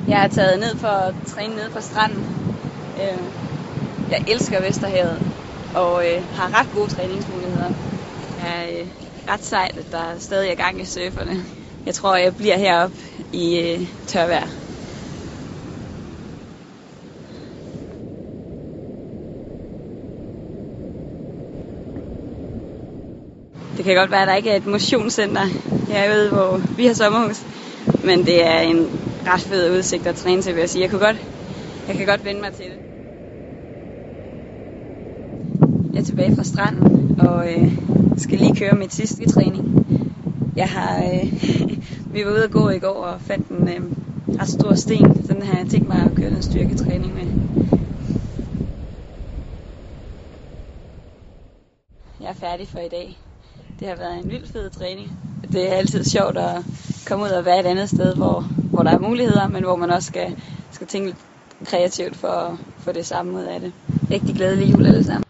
Jeg er taget ned for at træne nede på stranden. Jeg elsker Vesterhavet og har ret gode træningsmuligheder. Det er ret sejt, at der stadig er gang i surferne. Jeg tror, jeg bliver heroppe i tørvejr. Det kan godt være, at der ikke er et motionscenter herude, hvor vi har sommerhus. Men det er en ret fed udsigt at træne til, vil jeg sige. Jeg kan godt vende mig til det. Jeg er tilbage fra stranden og skal lige køre mit sidste træning. Vi var ude at gå i går og fandt en ret stor sten. Den har jeg tænkt mig at køre en styrketræning med. Jeg er færdig for i dag. Det har været en vildt fed træning. Det er altid sjovt at komme ud og være et andet sted, hvor der er muligheder, men hvor man også skal tænke lidt kreativt for at få det samme ud af det. Rigtig glædelig jul alle sammen.